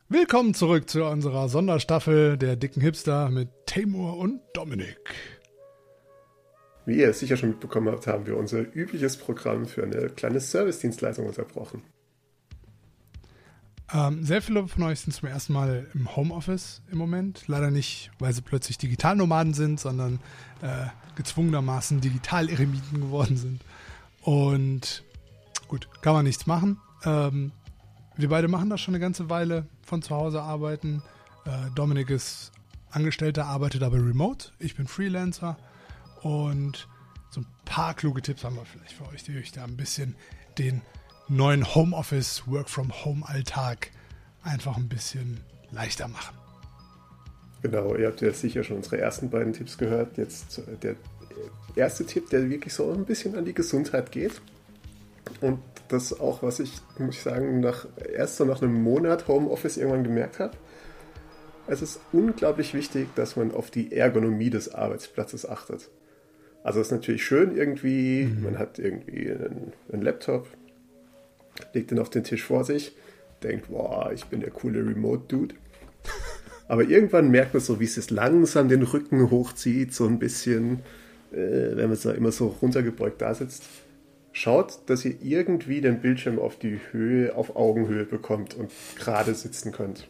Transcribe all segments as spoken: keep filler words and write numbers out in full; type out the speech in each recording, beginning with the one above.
Willkommen zurück zu unserer Sonderstaffel der dicken Hipster mit Taimur und Dominik. Wie ihr es sicher schon mitbekommen habt, haben wir unser übliches Programm für eine kleine Servicedienstleistung unterbrochen. Ähm, sehr viele von euch sind zum ersten Mal im Homeoffice im Moment. Leider nicht, weil sie plötzlich Digitalnomaden sind, sondern äh, gezwungenermaßen Digital-Eremiten geworden sind. Und gut, kann man nichts machen. Ähm, wir beide machen das schon eine ganze Weile, von zu Hause arbeiten. Äh, Dominik ist Angestellter, arbeitet aber remote. Ich bin Freelancer. Und so ein paar kluge Tipps haben wir vielleicht für euch, die euch da ein bisschen den neuen Homeoffice, Work-from-Home-Alltag einfach ein bisschen leichter machen. Genau, ihr habt ja sicher schon unsere ersten beiden Tipps gehört. Jetzt der erste Tipp, der wirklich so ein bisschen an die Gesundheit geht. Und das auch, was ich, muss ich sagen, nach, erst so nach einem Monat Homeoffice irgendwann gemerkt habe. Es ist unglaublich wichtig, dass man auf die Ergonomie des Arbeitsplatzes achtet. Also es ist natürlich schön irgendwie, mhm. man hat irgendwie einen, einen Laptop, legt den auf den Tisch vor sich, denkt, boah, ich bin der coole Remote-Dude. Aber irgendwann merkt man so, wie es langsam den Rücken hochzieht, so ein bisschen, äh, wenn man so immer so runtergebeugt da sitzt. Schaut, dass ihr irgendwie den Bildschirm auf die Höhe, auf Augenhöhe bekommt und gerade sitzen könnt.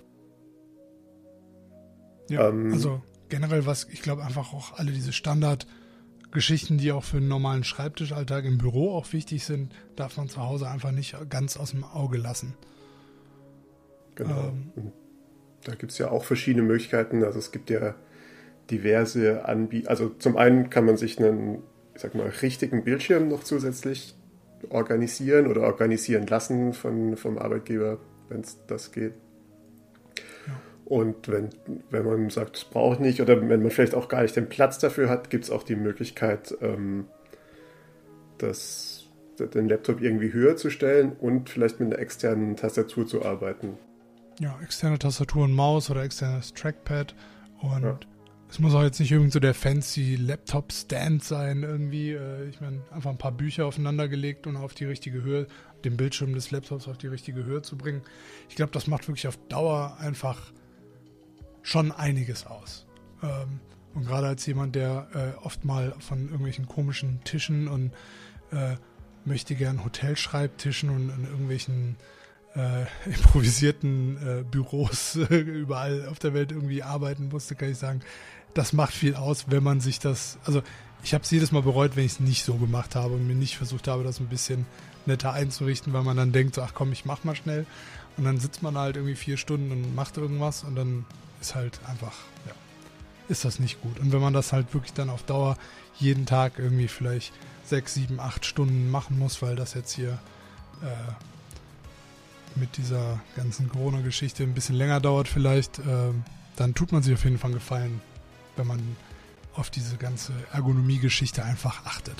Ja, ähm, also generell was, ich glaube einfach auch alle diese Standardgeschichten, die auch für einen normalen Schreibtischalltag im Büro auch wichtig sind, darf man zu Hause einfach nicht ganz aus dem Auge lassen. Genau. Ähm, da gibt es ja auch verschiedene Möglichkeiten. Also es gibt ja diverse Anbieter. Also zum einen kann man sich einen, ich sag mal, richtigen Bildschirm noch zusätzlich organisieren oder organisieren lassen von, vom Arbeitgeber, wenn es das geht. Ja. Und wenn, wenn man sagt, das brauche ich nicht, oder wenn man vielleicht auch gar nicht den Platz dafür hat, gibt es auch die Möglichkeit, ähm, das, den Laptop irgendwie höher zu stellen und vielleicht mit einer externen Tastatur zu arbeiten. Ja, externe Tastatur und Maus oder externes Trackpad. Und ja. Es muss auch jetzt nicht irgend so der fancy Laptop-Stand sein irgendwie. Ich meine, einfach ein paar Bücher aufeinander gelegt und auf die richtige Höhe, den Bildschirm des Laptops auf die richtige Höhe zu bringen. Ich glaube, das macht wirklich auf Dauer einfach schon einiges aus. Und gerade als jemand, der oft mal von irgendwelchen komischen Tischen und möchte gern Hotelschreibtischen und in irgendwelchen Äh, improvisierten äh, Büros äh, überall auf der Welt irgendwie arbeiten musste, kann ich sagen, das macht viel aus, wenn man sich das, also ich habe es jedes Mal bereut, wenn ich es nicht so gemacht habe und mir nicht versucht habe, das ein bisschen netter einzurichten, weil man dann denkt, so, ach komm, ich mach mal schnell und dann sitzt man halt irgendwie vier Stunden und macht irgendwas und dann ist halt einfach, ja, ist das nicht gut. Und wenn man das halt wirklich dann auf Dauer jeden Tag irgendwie vielleicht sechs, sieben, acht Stunden machen muss, weil das jetzt hier äh, mit dieser ganzen Corona-Geschichte ein bisschen länger dauert vielleicht, äh, dann tut man sich auf jeden Fall einen Gefallen, wenn man auf diese ganze Ergonomie-Geschichte einfach achtet.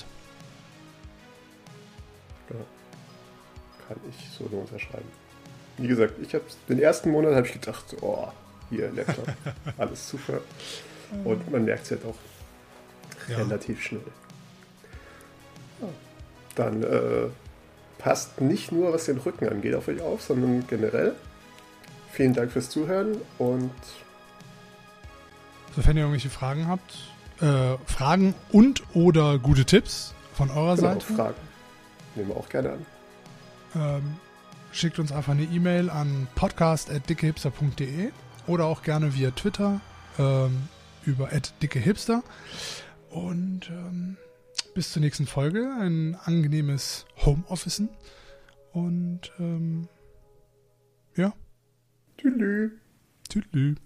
Ja, kann ich so nur unterschreiben. Wie gesagt, ich habe den ersten Monat habe ich gedacht, oh, hier Laptop, alles super. Und man merkt es halt auch ja. relativ schnell. Ja. Dann äh, passt nicht nur, was den Rücken angeht, auf euch auf, sondern generell. Vielen Dank fürs Zuhören und sofern ihr irgendwelche Fragen habt, äh, Fragen und oder gute Tipps von eurer genau, Seite. Fragen nehmen wir auch gerne an. Ähm, schickt uns einfach eine E-Mail an podcast at dickehipster punkt de oder auch gerne via Twitter ähm, über at dickehipster. Und ähm, bis zur nächsten Folge. Ein angenehmes Homeofficen. Und ähm, ja. Tschüss. Tschüss.